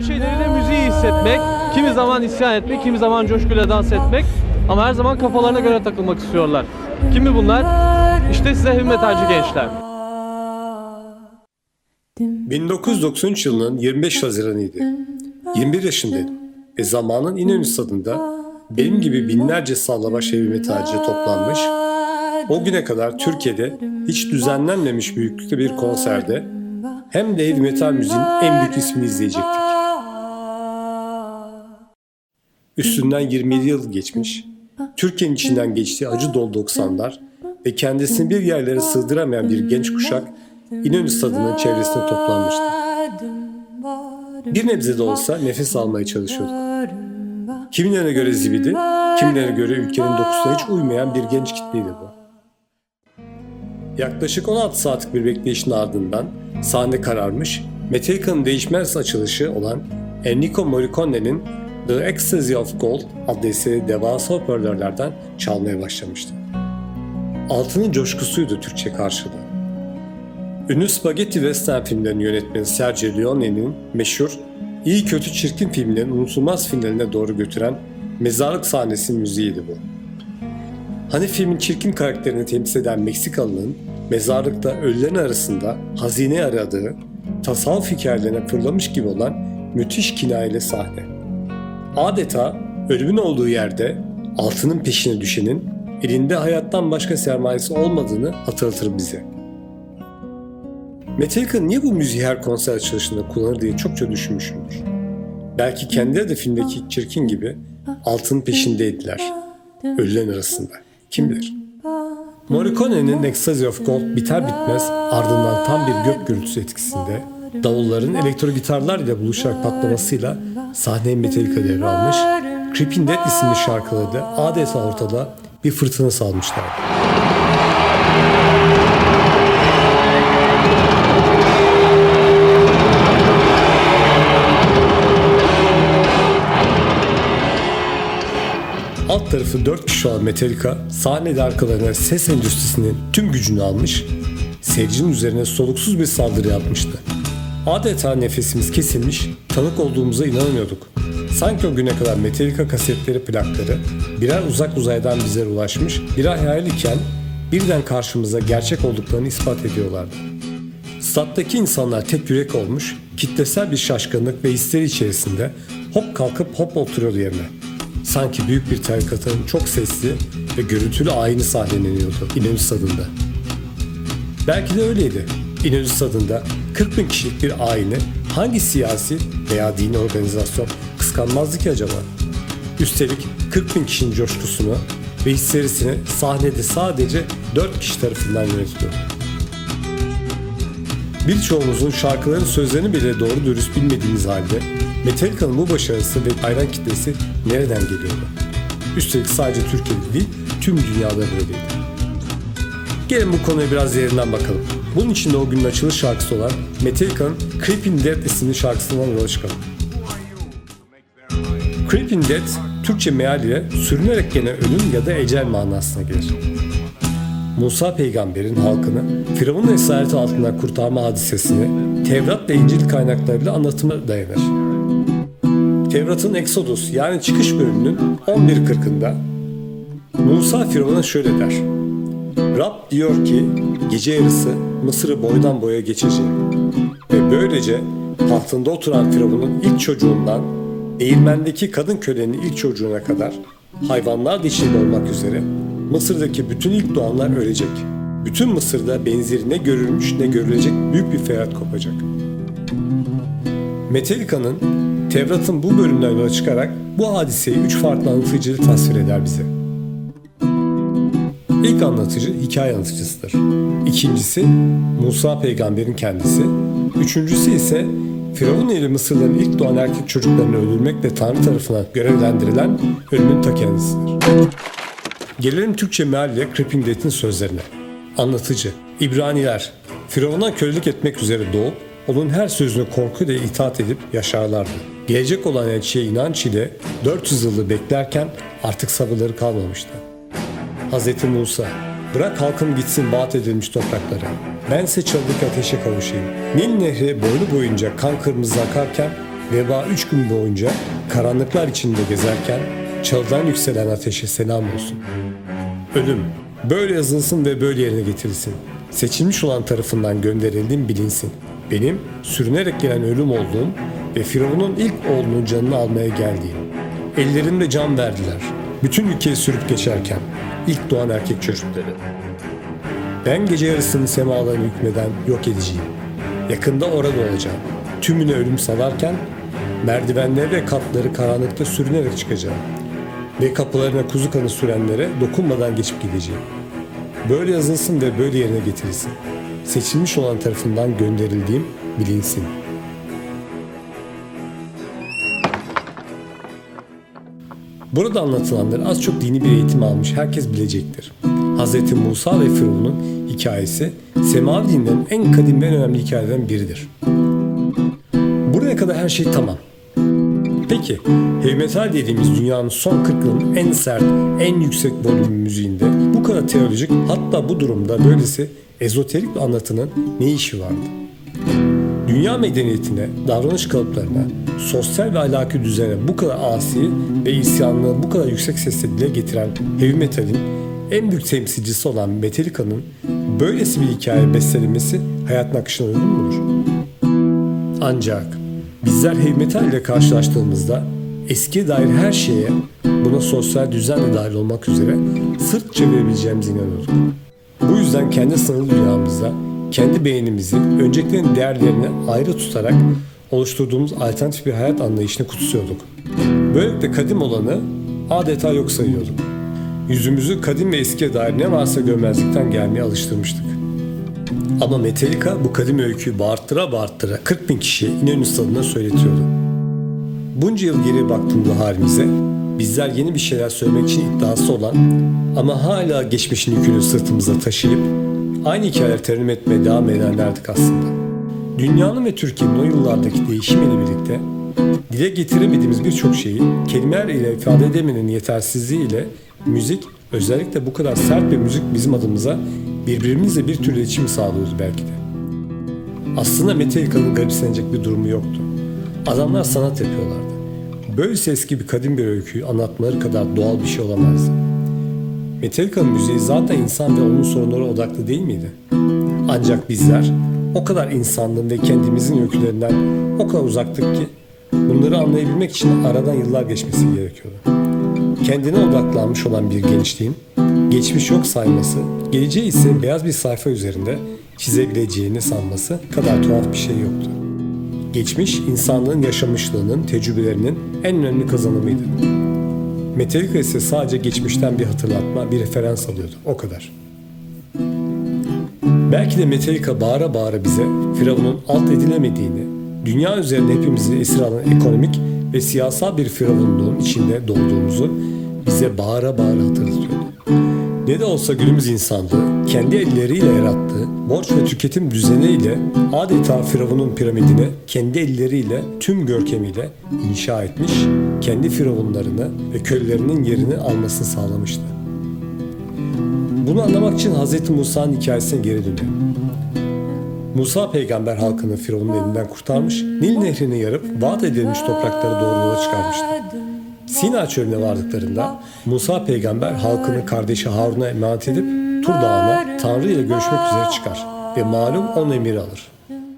olan şeyleriyle müziği hissetmek, kimi zaman isyan etmek, kimi zaman coşkuyla dans etmek ama her zaman kafalarına göre takılmak istiyorlar. Kimi bunlar? İşte size heavy metalci gençler. 1993 yılının 25 Haziran'ıydı. 21 yaşındaydım ve zamanın İnönü Stadı'nda benim gibi binlerce sallabaş heavy metalci toplanmış, o güne kadar Türkiye'de hiç düzenlenmemiş büyüklükte bir konserde hem de heavy metal müziğin en büyük ismini izleyecektik. Üstünden 27 yıl geçmiş, Türkiye'nin içinden geçtiği acı dolu 90'lar ve kendisini bir yerlere sığdıramayan bir genç kuşak İnönü Stadı'nın çevresine toplanmıştı. Bir nebze de olsa nefes almaya çalışıyorduk. Kimilerine göre zibidi, kimilerine göre ülkenin dokusuna hiç uymayan bir genç kitleydi bu. Yaklaşık 16 saatlik bir bekleyişin ardından sahne kararmış, Metallica'nın değişmez açılışı olan Ennio Morricone'nin The Ecstasy of Gold adlı eseri devasa hoparlörlerden çalmaya başlamıştı. Altının coşkusuydu Türkçe karşılığı. Ünlü Spaghetti Western filmlerinin yönetmeni Sergio Leone'nin meşhur İyi Kötü Çirkin filmlerin unutulmaz finaline doğru götüren mezarlık sahnesinin müziğiydi bu. Hani filmin çirkin karakterini temsil eden Meksikalının mezarlıkta ölülerin arasında hazine aradığı, tasavvuf hikayelerine fırlamış gibi olan müthiş kinayeli sahne. Adeta ölümün olduğu yerde altının peşine düşenin elinde hayattan başka sermayesi olmadığını hatırlatır bize. Metallica niye bu müziği her konser açılışında kullanır diye çokça düşünmüşümdür. Belki kendileri de filmdeki çirkin gibi altının peşindeydiler. Ölülerin arasında. Kim bilir? Morricone'nin Ecstasy of Gold biter bitmez ardından tam bir gök gürültüsü etkisinde davulların elektro gitarlar ile buluşarak patlamasıyla sahneye Metallica devralmış, Creeping Dead isimli şarkıları da adeta ortada bir fırtına salmışlardı. Alt tarafı 4 kişi olan Metallica sahnede arkalarına ses endüstrisinin tüm gücünü almış, seyircinin üzerine soluksuz bir saldırı yapmıştı. Adeta nefesimiz kesilmiş, tanık olduğumuza inanamıyorduk. Sanki o güne kadar Metallica kasetleri, plakları birer uzak uzaydan bize ulaşmış, birer hayal iken birden karşımıza gerçek olduklarını ispat ediyorlardı. Stattaki insanlar tek yürek olmuş, kitlesel bir şaşkınlık ve histeri içerisinde hop kalkıp hop oturuyordu yerine. Sanki büyük bir tarikatın çok sesli ve gürültülü ayini sahneleniyordu İnönü Stadı'nda. Belki de öyleydi. İnönü Stadı'nda 40 bin kişilik bir ayini hangi siyasi veya dini organizasyon kıskanmazdı ki acaba? Üstelik 40 bin kişinin coşkusunu ve histerisini sahnede sadece 4 kişi tarafından yönetiliyor. Birçoğumuzun şarkıların sözlerini bile doğru dürüst bilmediğimiz halde Metallica'nın bu başarısı ve hayran kitlesi nereden geliyordu? Üstelik sadece Türkiye'de değil, tüm dünyada böyleydi. Gelin bu konuya biraz yerinden bakalım. Bunun için de o günün açılış şarkısı olan Metallica'nın Creeping Dead isimli şarkısından yola çıkalım. Creeping Dead, Türkçe meal ile sürünerek gelen ölüm ya da ecel manasına gelir. Musa peygamberin halkını Firavun'un esareti altından kurtarma hadisesini Tevrat ve İncil kaynaklarıyla anlatımı dayanır. Tevrat'ın Exodus yani çıkış bölümünün 11.40'ında Musa Firavun'a şöyle der: Rab diyor ki gece yarısı Mısır'ı boydan boya geçeceğim ve böylece tahtında oturan Firavun'un ilk çocuğundan değirmendeki kadın kölenin ilk çocuğuna kadar hayvanlar dişili olmak üzere Mısır'daki bütün ilk doğanlar ölecek. Bütün Mısır'da benzeri ne görülmüş ne görülecek büyük bir feryat kopacak. Metallica'nın Tevrat'ın bu bölümünden yola çıkarak bu hadiseyi 3 farklı anlatıcıyla tasvir eder bize. İlk anlatıcı hikaye anlatıcısıdır. İkincisi Musa peygamberin kendisi. Üçüncüsü ise Firavun ile Mısırlıların ilk doğan erkek çocuklarını öldürmekle Tanrı tarafından görevlendirilen ölümün ta kendisidir. Gelelim Türkçe mealiyle Creeping Dead'in sözlerine. Anlatıcı, İbraniler, Firavun'a kölelik etmek üzere doğup, onun her sözüne korkuyla itaat edip yaşarlardı. Gelecek olan elçiye inanç ile 400 yılı beklerken artık sabırları kalmamıştı. Hz. Musa, bırak halkım gitsin vaat edilmiş topraklara. Bense çalılık ateşe kavuşayım. Nil nehri boylu boyunca kan kırmızı akarken veba 3 gün boyunca karanlıklar içinde gezerken çalıdan yükselen ateşe selam olsun. Ölüm böyle yazılsın ve böyle yerine getirilsin. Seçilmiş olan tarafından gönderildiğim bilinsin. Benim sürünerek gelen ölüm olduğum ve Firavun'un ilk oğlunun canını almaya geldiğim. Ellerinde can verdiler. Bütün ülkeyi sürüp geçerken ilk doğan erkek çocukları. Ben gece yarısını semalarını hükmeden yok edeceğim. Yakında orada olacağım. Tümüne ölüm salarken merdivenleri ve katları karanlıkta sürünerek çıkacağım. Ve kapılarına kuzu kanı sürenlere dokunmadan geçip gideceğim. Böyle yazılsın ve böyle yerine getirilsin. Seçilmiş olan tarafından gönderildiğim bilinsin. Burada anlatılanları az çok dini bir eğitim almış herkes bilecektir. Hz. Musa ve Firavun'un hikayesi semavi dinlerin en kadim ve en önemli hikayelerden biridir. Buraya kadar her şey tamam. Peki, heavy metal dediğimiz dünyanın son 40 yılın en sert, en yüksek volüm müziğinde bu kadar teolojik, hatta bu durumda böylesi ezoterik bir anlatının ne işi vardı? Dünya medeniyetine, davranış kalıplarına, sosyal ve ahlaki düzene bu kadar asi ve isyanını bu kadar yüksek sesle dile getiren heavy metalin en büyük temsilcisi olan Metallica'nın böylesi bir hikaye bestelemesi hayatın akışına uygun mudur? Ancak bizler heavy metal ile karşılaştığımızda eskiye dair her şeye, buna sosyal düzen de dahil olmak üzere sırt çevirebileceğimize inanıyorduk. Bu yüzden kendi sınırlı dünyamızda kendi beynimizi önceliklerin değerlerini ayrı tutarak oluşturduğumuz alternatif bir hayat anlayışını kutsuyorduk. Böylelikle kadim olanı adeta yok sayıyorduk. Yüzümüzü kadim ve eskiye dair ne varsa görmezlikten gelmeye alıştırmıştık. Ama Metallica bu kadim öyküyü bağırttıra bağırttıra 40 bin kişiye İnönü Stadı'nda söyletiyordu. Bunca yıl geriye baktığımda halimize, bizler yeni bir şeyler söylemek için iddiası olan ama hala geçmişin yükünü sırtımıza taşıyıp aynı hikayeleri terennüm etmeye devam edenlerdik aslında. Dünyanın ve Türkiye'nin o yıllardaki değişimiyle birlikte dile getiremediğimiz birçok şeyi kelimeler ile ifade edemenin yetersizliğiyle müzik, özellikle bu kadar sert bir müzik bizim adımıza birbirimizle bir tür iletişim sağlıyordu belki de. Aslında Metallica'nın garipsenecek bir durumu yoktu. Adamlar sanat yapıyorlardı. Böylesi eski bir kadim bir öyküyü anlatmaları kadar doğal bir şey olamazdı. Metallica'nın müziği zaten insan ve onun sorunları odaklı değil miydi? Ancak bizler o kadar insanlığın ve kendimizin öykülerinden o kadar uzaktık ki bunları anlayabilmek için aradan yıllar geçmesi gerekiyordu. Kendine odaklanmış olan bir gençliğin geçmiş yok sayması, geleceği ise beyaz bir sayfa üzerinde çizebileceğini sanması kadar tuhaf bir şey yoktu. Geçmiş, insanlığın yaşamışlığının, tecrübelerinin en önemli kazanımıydı. Metallica ise sadece geçmişten bir hatırlatma, bir referans alıyordu. O kadar. Belki de Metallica bağıra bağıra bize Firavun'un alt edilemediğini, dünya üzerinde hepimizi esir alan ekonomik ve siyasal bir firavunluğun içinde doğduğumuzu bize bağıra bağıra hatırlatıyordu. Ne de olsa günümüz insanlığı kendi elleriyle yarattığı borç ve tüketim düzeniyle adeta Firavun'un piramidini kendi elleriyle tüm görkemiyle inşa etmiş, kendi firavunlarını ve kölelerinin yerini almasını sağlamıştı. Bunu anlamak için Hz. Musa'nın hikayesine geri dönelim. Musa peygamber halkını Firavun'un elinden kurtarmış, Nil nehrini yarıp vaat edilmiş topraklara doğru yola çıkarmıştı. Sina çölüne vardıklarında Musa peygamber halkını kardeşi Harun'a emanet edip Tur Dağı'na Tanrı ile görüşmek üzere çıkar ve malum onun emiri alır.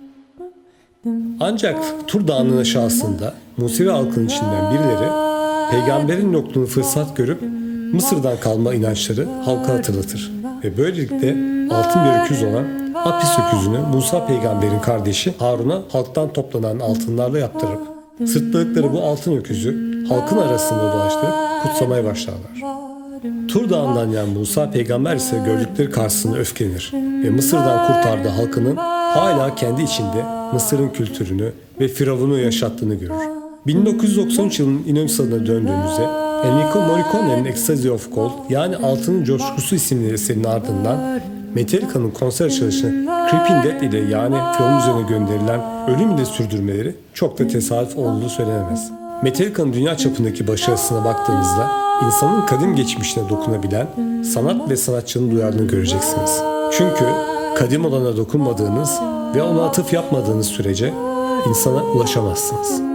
Ancak Tur Dağı'nın aşağısında Musevi halkının içinden birileri peygamberin yokluğunu fırsat görüp Mısır'dan kalma inançları halka hatırlatır ve böylelikle altın bir öküz olan Apis öküzünü Musa peygamberin kardeşi Harun'a halktan toplanan altınlarla yaptırıp sırtladıkları bu altın öküzü halkın arasında dolaştırıp kutsamaya başlarlar. Tur Dağı'ndan yani Musa peygamber ise gördükleri karşısında öfkelenir ve Mısır'dan kurtardığı halkının hala kendi içinde Mısır'ın kültürünü ve Firavun'u yaşattığını görür. 1993 yılının İnönü Stadı'na döndüğümüzde Ennio Morricone'nin Ecstasy of Gold yani Altının Coşkusu isimli eserinin ardından Metallica'nın konser açılışını Creeping Death ile yani Firavun üzerine gönderilen ölüm ile sürdürmeleri çok da tesadüf olduğu söylenemez. Metallica'nın dünya çapındaki başarısına baktığınızda insanın kadim geçmişine dokunabilen sanat ve sanatçının duyarlılığını göreceksiniz. Çünkü kadim olana dokunmadığınız ve ona atıf yapmadığınız sürece insana ulaşamazsınız.